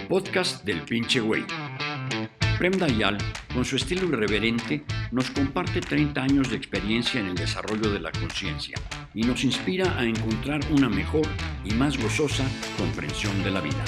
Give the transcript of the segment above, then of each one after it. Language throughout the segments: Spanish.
podcast del Pinche Güey. Prem Dayal, con su estilo irreverente, nos comparte 30 años de experiencia en el desarrollo de la conciencia y nos inspira a encontrar una mejor y más gozosa comprensión de la vida.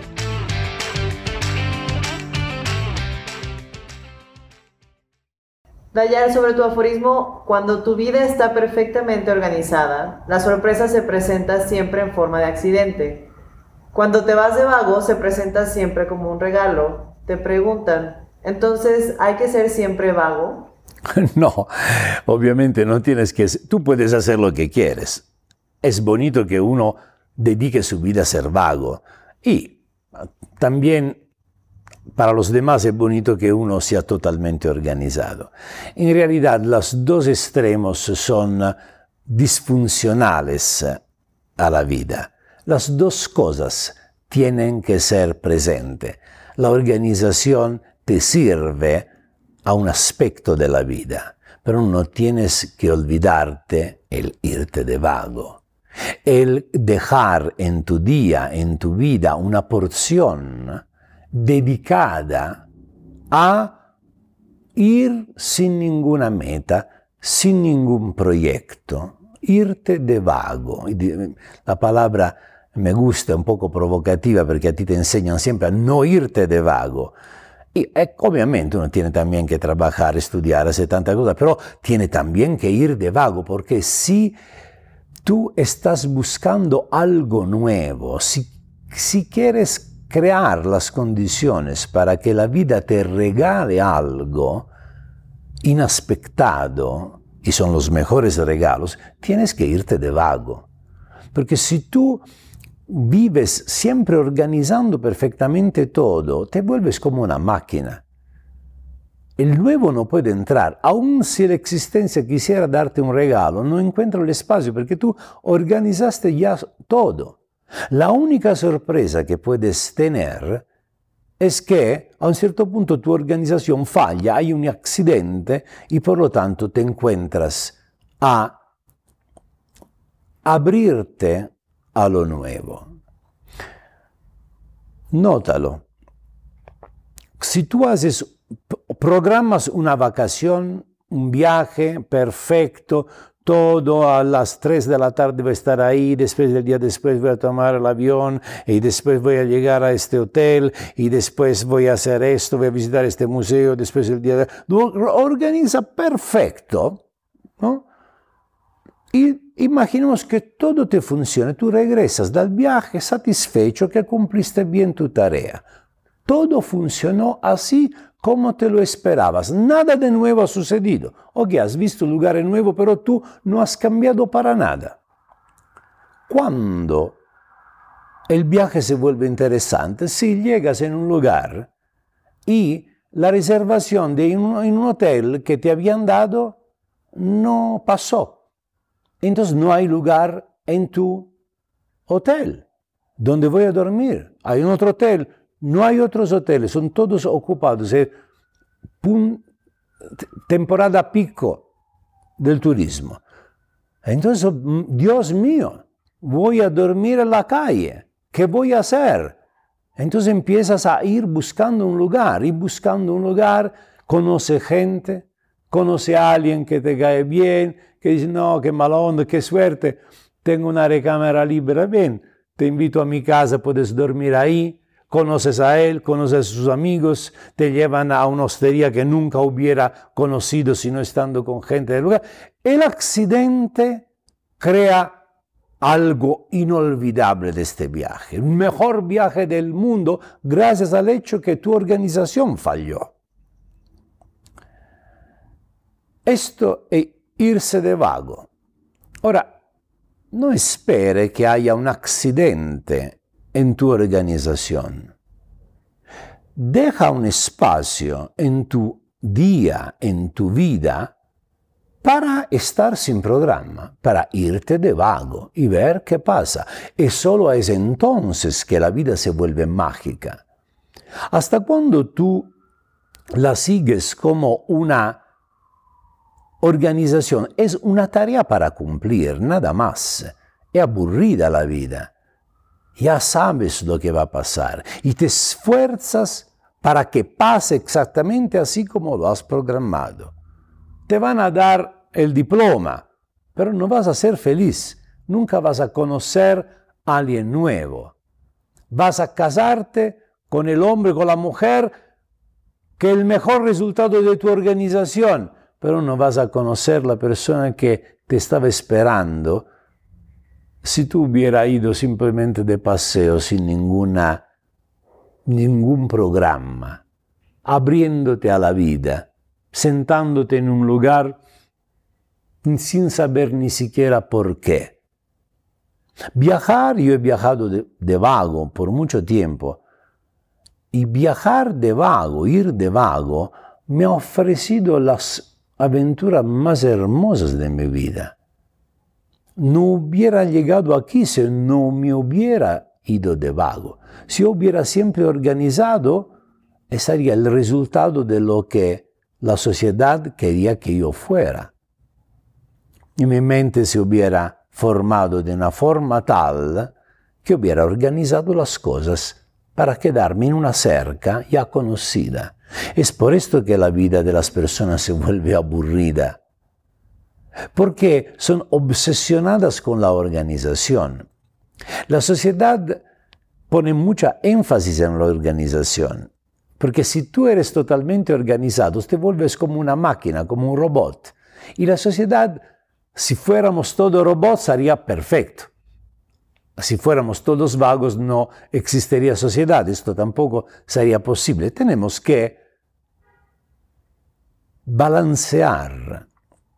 Dayal, sobre tu aforismo, cuando tu vida está perfectamente organizada, la sorpresa se presenta siempre en forma de accidente. Cuando te vas de vago, se presenta siempre como un regalo. Te preguntan, ¿entonces hay que ser siempre vago? No, obviamente no tienes que... Tú puedes hacer lo que quieres. Es bonito que uno dedique su vida a ser vago. Y también para los demás es bonito que uno sea totalmente organizado. En realidad, los dos extremos son disfuncionales a la vida. Las dos cosas tienen que ser presentes. La organización te sirve a un aspecto de la vida, pero no tienes que olvidarte el irte de vago. El dejar en tu día, en tu vida, una porción dedicada a ir sin ninguna meta, sin ningún proyecto, irte de vago. La palabra me gusta, un poco provocativa, porque a ti te enseñan siempre a no irte de vago. Y obviamente uno tiene también que trabajar, estudiar, hacer tantas cosas, pero tiene también que ir de vago, porque si tú estás buscando algo nuevo, si quieres crear las condiciones para que la vida te regale algo inexpectado, y son los mejores regalos, tienes que irte de vago. Porque si tú vives siempre organizando perfectamente todo, te vuelves como una máquina. El nuevo no puede entrar, aun si la existencia quisiera darte un regalo, no encuentra el espacio porque tú organizaste ya todo. La única sorpresa que puedes tener es que a un cierto punto tu organización falla, hay un accidente y por lo tanto te encuentras a abrirte a lo nuevo. Nótalo. Si tú programas una vacación, un viaje perfecto, todo a las 3 de la tarde voy a estar ahí, después del día después voy a tomar el avión y después voy a llegar a este hotel y después voy a hacer esto, voy a visitar este museo, después el día organiza perfecto, ¿no? Y imaginemos que todo te funciona, tú regresas del viaje satisfecho que cumpliste bien tu tarea. Todo funcionó así como te lo esperabas, nada de nuevo ha sucedido. Ok, has visto lugares nuevos, pero tú no has cambiado para nada. Cuando el viaje se vuelve interesante, si llegas en un lugar y la reservación en un hotel que te habían dado no pasó. Entonces no hay lugar en tu hotel. ¿Dónde voy a dormir? Hay un otro hotel. No hay otros hoteles, son todos ocupados. Es temporada pico del turismo. Entonces, Dios mío, voy a dormir en la calle. ¿Qué voy a hacer? Entonces empiezas a ir buscando un lugar, conoce gente, conoce a alguien que te cae bien, que dice, no, qué mala onda, qué suerte, tengo una recámara libre, ven, te invito a mi casa, puedes dormir ahí, conoces a él, conoces a sus amigos, te llevan a una hostería que nunca hubiera conocido sino estando con gente del lugar. El accidente crea algo inolvidable de este viaje, el mejor viaje del mundo gracias al hecho que tu organización falló. Esto es irse de vago. Ahora, no espere que haya un accidente en tu organización. Deja un espacio en tu día, en tu vida, para estar sin programa, para irte de vago y ver qué pasa. Y solo es entonces que la vida se vuelve mágica. Hasta cuando tú la sigues como una organización, es una tarea para cumplir, nada más. Es aburrida la vida. ya sabes lo que va a pasar y te esfuerzas para que pase exactamente así como lo has programado. Te van a dar el diploma, pero no vas a ser feliz. Nunca vas a conocer a alguien nuevo. Vas a casarte con el hombre, con la mujer, que es el mejor resultado de tu organización, pero no vas a conocer la persona que te estaba esperando si tú hubieras ido simplemente de paseo sin ningún programa, abriéndote a la vida, sentándote en un lugar sin saber ni siquiera por qué. Viajar, yo he viajado de vago por mucho tiempo, y viajar de vago, ir de vago, me ha ofrecido las aventuras más hermosas de mi vida. No hubiera llegado aquí si no me hubiera ido de vago. Si hubiera siempre organizado, sería el resultado de lo que la sociedad quería que yo fuera. Y mi mente se hubiera formado de una forma tal que hubiera organizado las cosas para quedarme en una cerca ya conocida. Es por esto que la vida de las personas se vuelve aburrida, porque son obsesionadas con la organización. La sociedad pone mucha énfasis en la organización, porque si tú eres totalmente organizado, te vuelves como una máquina, como un robot. Y la sociedad, si fuéramos todos robots, sería perfecto. Si fuéramos todos vagos, no existiría sociedad. Esto tampoco sería posible. Tenemos que balancear.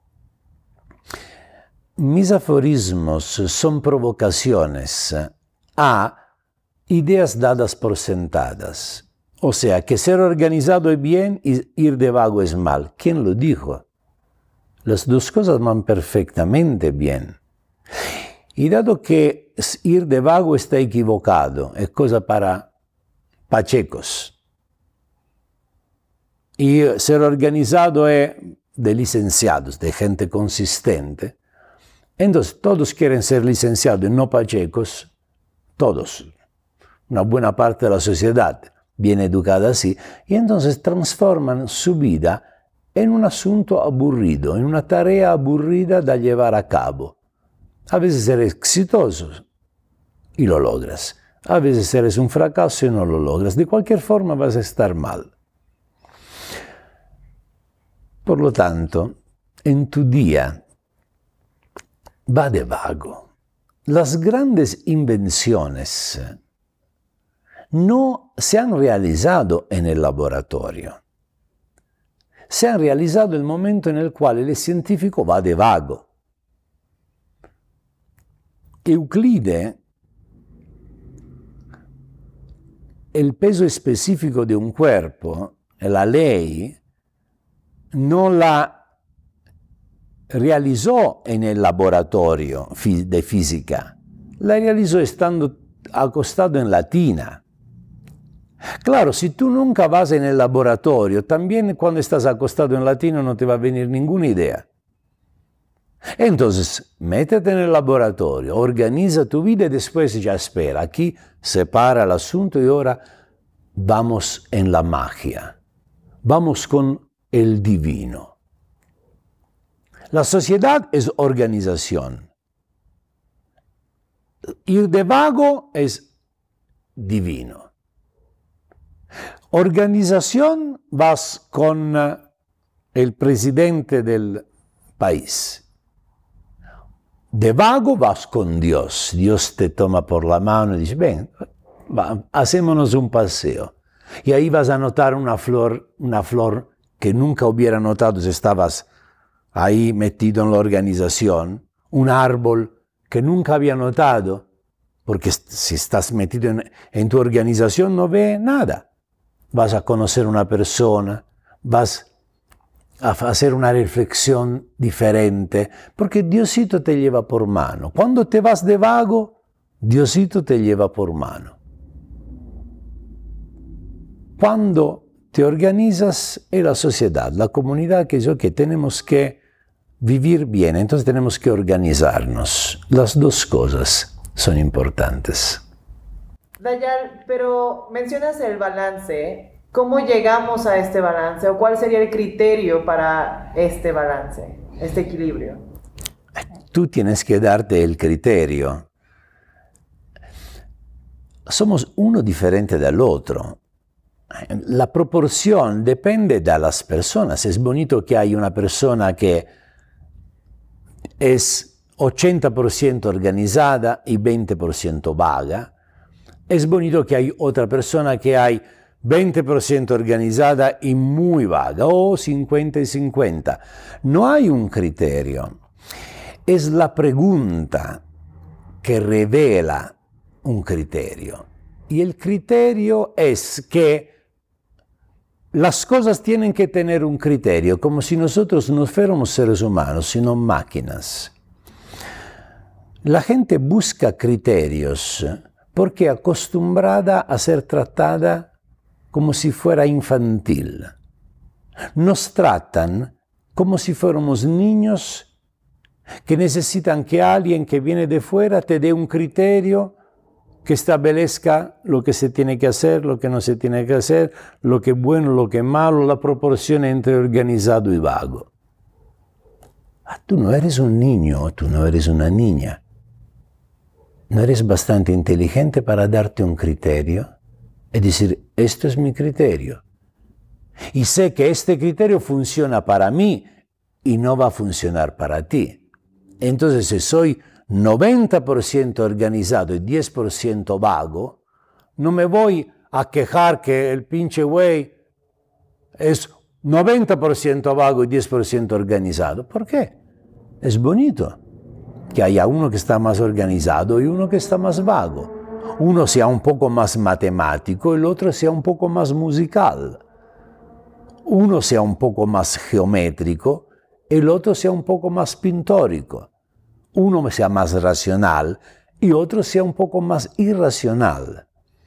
Mis aforismos son provocaciones a ideas dadas por sentadas. O sea, que ser organizado es bien y ir de vago es mal. ¿Quién lo dijo? Las dos cosas van perfectamente bien. Y dado que ir de vago está equivocado, es cosa para pachecos, y ser organizado es de licenciados, de gente consistente, entonces todos quieren ser licenciados y no pachecos, todos, una buena parte de la sociedad bien educada así, y entonces transforman su vida en un asunto aburrido, en una tarea aburrida de llevar a cabo. A veces eres exitoso y lo logras. A veces eres un fracaso y no lo logras. De cualquier forma vas a estar mal. Por lo tanto, en tu día, va de vago. Las grandes invenciones no se han realizado en el laboratorio. Se han realizado en el momento en el cual el científico va de vago. Euclide, el peso específico de un cuerpo, la ley, no la realizó en el laboratorio de física, la realizó estando acostado en la tina. Claro, si tú nunca vas en el laboratorio, también cuando estás acostado en la tina no te va a venir ninguna idea. Entonces, métete en el laboratorio, organiza tu vida y después ya espera. Aquí separa el asunto y ahora vamos en la magia. Vamos con el divino. La sociedad es organización. Ir de vago es divino. Organización vas con el presidente del país. De vago vas con Dios. Dios te toma por la mano y dice, ven, hacémonos un paseo. Y ahí vas a notar una flor que nunca hubiera notado si estabas ahí metido en la organización. Un árbol que nunca había notado, porque si estás metido en tu organización no ve nada. Vas a conocer una persona, vas a hacer una reflexión diferente, porque Diosito te lleva por mano. Cuando te vas de vago, Diosito te lleva por mano. Cuando te organizas es la sociedad, la comunidad, que es lo que tenemos que vivir bien, entonces tenemos que organizarnos. Las dos cosas son importantes. Dayal, pero mencionas el balance. ¿Cómo llegamos a este balance? ¿O cuál sería el criterio para este balance, este equilibrio? Tú tienes que darte el criterio. Somos uno diferente del otro. La proporción depende de las personas. Es bonito que hay una persona que es 80% organizada y 20% vaga. Es bonito que hay otra persona que hay 20% organizada y muy vaga, o 50 y 50. No hay un criterio. Es la pregunta que revela un criterio. Y el criterio es que las cosas tienen que tener un criterio, como si nosotros no fuéramos seres humanos, sino máquinas. La gente busca criterios porque acostumbrada a ser tratada como si fuera infantil. Nos tratan como si fuéramos niños que necesitan que alguien que viene de fuera te dé un criterio que establezca lo que se tiene que hacer, lo que no se tiene que hacer, lo que es bueno, lo que es malo, la proporción entre organizado y vago. Tú no eres un niño, tú no eres una niña. ¿No eres bastante inteligente para darte un criterio y decir, esto es mi criterio? Y sé que este criterio funciona para mí y no va a funcionar para ti. Entonces, si soy 90% organizado y 10% vago, no me voy a quejar que el pinche güey es 90% vago y 10% organizado. ¿Por qué? Es bonito que haya uno que está más organizado y uno que está más vago. Uno sea un poco más matemático y el otro sea un poco más musical. Uno sea un poco más geométrico y el otro sea un poco más pintórico. Uno sea más racional y otro sea un poco más irracional.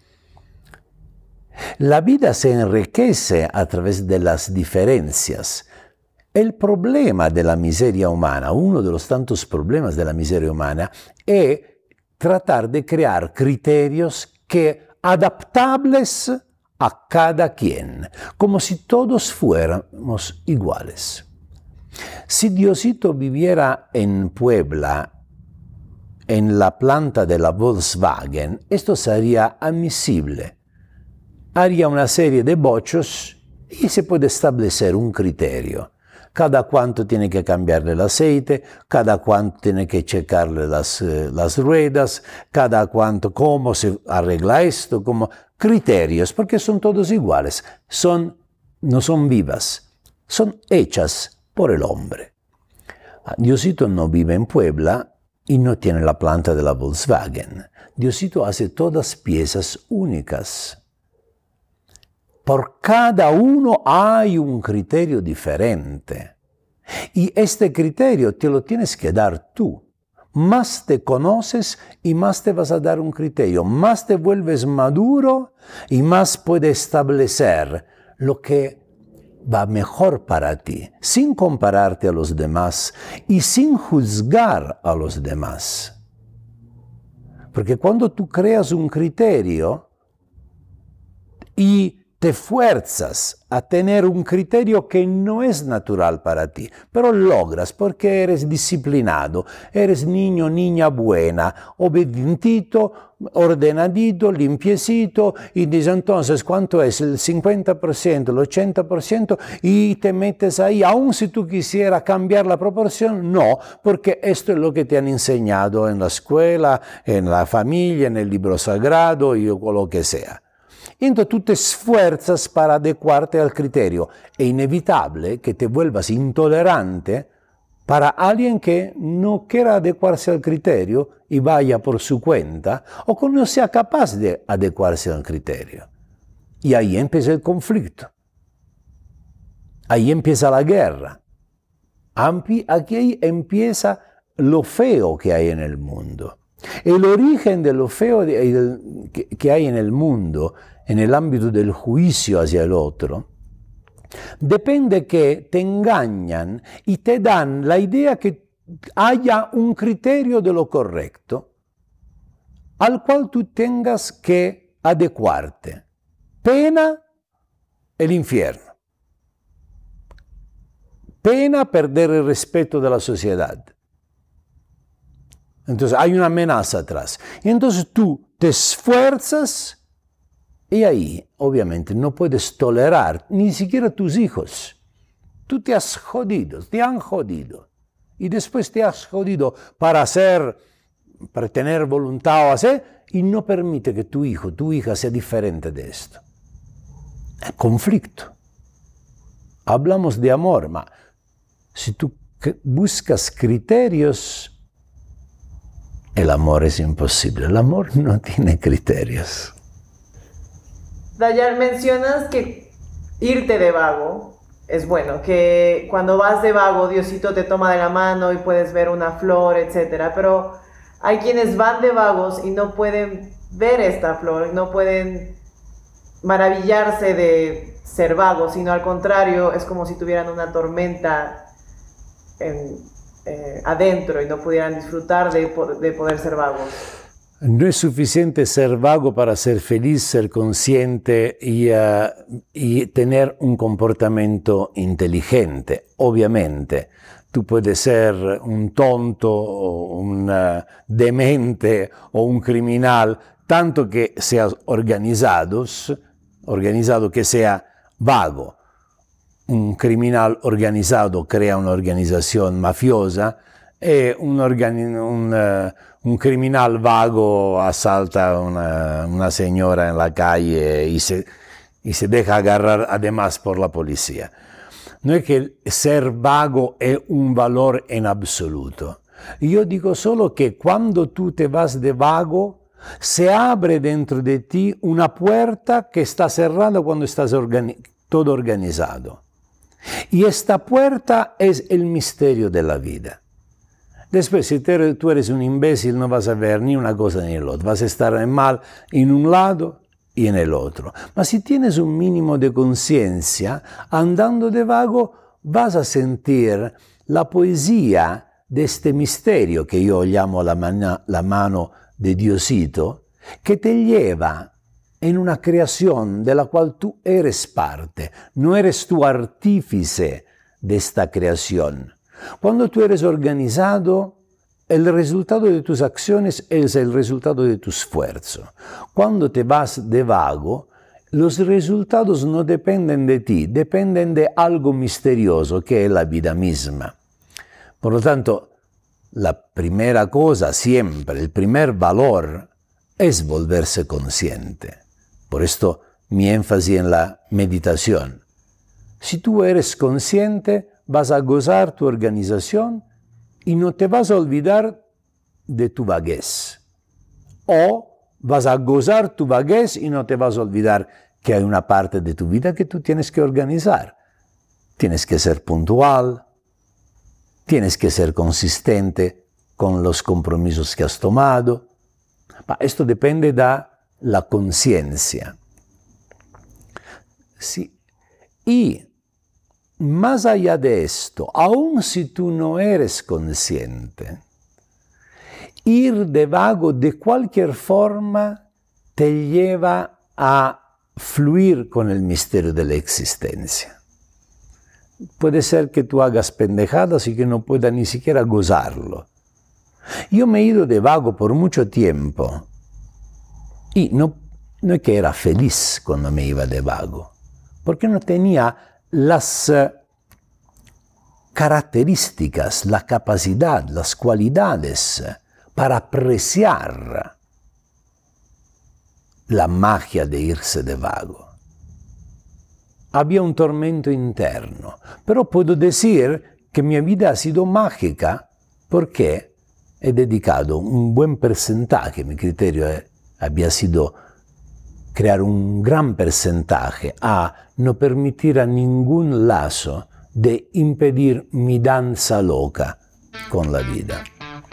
La vida se enriquece a través de las diferencias. El problema de la miseria humana, uno de los tantos problemas de la miseria humana, es tratar de crear criterios que adaptables a cada quien, como si todos fuéramos iguales. Si Diosito viviera en Puebla, en la planta de la Volkswagen, esto sería admisible. Haría una serie de bochos y se puede establecer un criterio. Cada cuánto tiene que cambiarle el aceite, cada cuánto tiene que checarle las ruedas, cada cuánto, cómo se arregla esto, como criterios, porque son todos iguales, no son vivas, son hechas por el hombre. Diosito no vive en Puebla y no tiene la planta de la Volkswagen. Diosito hace todas piezas únicas. Por cada uno hay un criterio diferente. Y este criterio te lo tienes que dar tú. Más te conoces y más te vas a dar un criterio. Más te vuelves maduro y más puedes establecer lo que va mejor para ti, sin compararte a los demás y sin juzgar a los demás. Porque cuando tú creas un criterio y te fuerzas a tener un criterio que no es natural para ti, pero logras porque eres disciplinado, eres niño, niña buena, obedientito, ordenadito, limpiecito, y dices entonces cuánto es el 50%, el 80%, y te metes ahí, aun si tú quisieras cambiar la proporción, no, porque esto es lo que te han enseñado en la escuela, en la familia, en el libro sagrado y o lo que sea. Entonces tú te esfuerzas para adecuarte al criterio. Es inevitable que te vuelvas intolerante para alguien que no quiera adecuarse al criterio y vaya por su cuenta, o que no sea capaz de adecuarse al criterio. Y ahí empieza el conflicto. Ahí empieza la guerra. Aquí empieza lo feo que hay en el mundo. El origen de lo feo que hay en el mundo, en el ámbito del juicio hacia el otro, depende que te engañan y te dan la idea que haya un criterio de lo correcto. al cual tú tengas que adecuarte. Pena, el infierno. Pena, perder el respeto de la sociedad. Entonces hay una amenaza atrás. Y entonces tú te esfuerzas y ahí, obviamente, no puedes tolerar ni siquiera tus hijos. Tú te has jodido, te han jodido. Y después te has jodido para tener voluntad o hacer, y no permite que tu hijo, tu hija sea diferente de esto. El conflicto. Hablamos de amor, ma si tú buscas criterios, el amor es imposible. El amor no tiene criterios. Dayal, mencionas que irte de vago es bueno, que cuando vas de vago, Diosito te toma de la mano y puedes ver una flor, etc. Pero hay quienes van de vagos y no pueden ver esta flor, no pueden maravillarse de ser vagos, sino al contrario, es como si tuvieran una tormenta adentro y no pudieran disfrutar de poder ser vagos. No es suficiente ser vago para ser feliz, ser consciente y tener un comportamiento inteligente. Obviamente, tú puedes ser un tonto, o un demente o un criminal, tanto que seas organizado que sea vago. Un criminal organizado crea una organización mafiosa e un criminal vago asalta a una señora en la calle y se deja agarrar además por la policía. No es que ser vago es un valor en absoluto. Yo digo solo que cuando tú te vas de vago, se abre dentro de ti una puerta que está cerrada cuando estás todo organizado. Y esta puerta es el misterio de la vida. Después, si tú eres un imbécil, no vas a ver ni una cosa ni el otro. Vas a estar mal en un lado y en el otro. Mas si tienes un mínimo de conciencia, andando de vago, vas a sentir la poesía de este misterio que yo llamo la mano de Diosito, que te lleva en una creación de la cual tú eres parte. No eres tú artífice de esta creación. Cuando tú eres organizado, el resultado de tus acciones es el resultado de tu esfuerzo. Cuando te vas de vago, los resultados no dependen de ti, dependen de algo misterioso que es la vida misma. Por lo tanto, la primera cosa siempre, el primer valor, es volverse consciente. Por esto mi énfasis en la meditación. Si tú eres consciente, vas a gozar tu organización y no te vas a olvidar de tu vaguez. O vas a gozar tu vaguez y no te vas a olvidar que hay una parte de tu vida que tú tienes que organizar. Tienes que ser puntual, tienes que ser consistente con los compromisos que has tomado. Esto depende de la conciencia. Sí. Y más allá de esto, aun si tú no eres consciente, ir de vago de cualquier forma te lleva a fluir con el misterio de la existencia. Puede ser que tú hagas pendejadas y que no puedas ni siquiera gozarlo. Yo me he ido de vago por mucho tiempo y no es que era feliz cuando me iba de vago, porque no tenía las características, la capacidad, las cualidades para apreciar la magia de irse de vago. Había un tormento interno, pero puedo decir que mi vida ha sido mágica porque he dedicado un buen porcentaje, mi criterio había sido crear un gran porcentaje a no permitir a ningún lazo de impedir mi danza loca con la vida.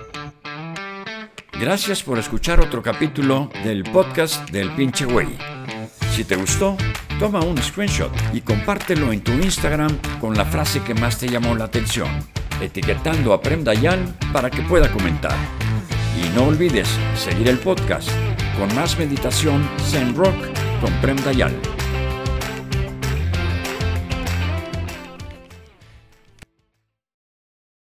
Gracias por escuchar otro capítulo del podcast del Pinche Güey. Si te gustó, toma un screenshot y compártelo en tu Instagram con la frase que más te llamó la atención, etiquetando a Prem Dayal para que pueda comentar. Y no olvides seguir el podcast con más meditación Zen Rock con Prem Dayal.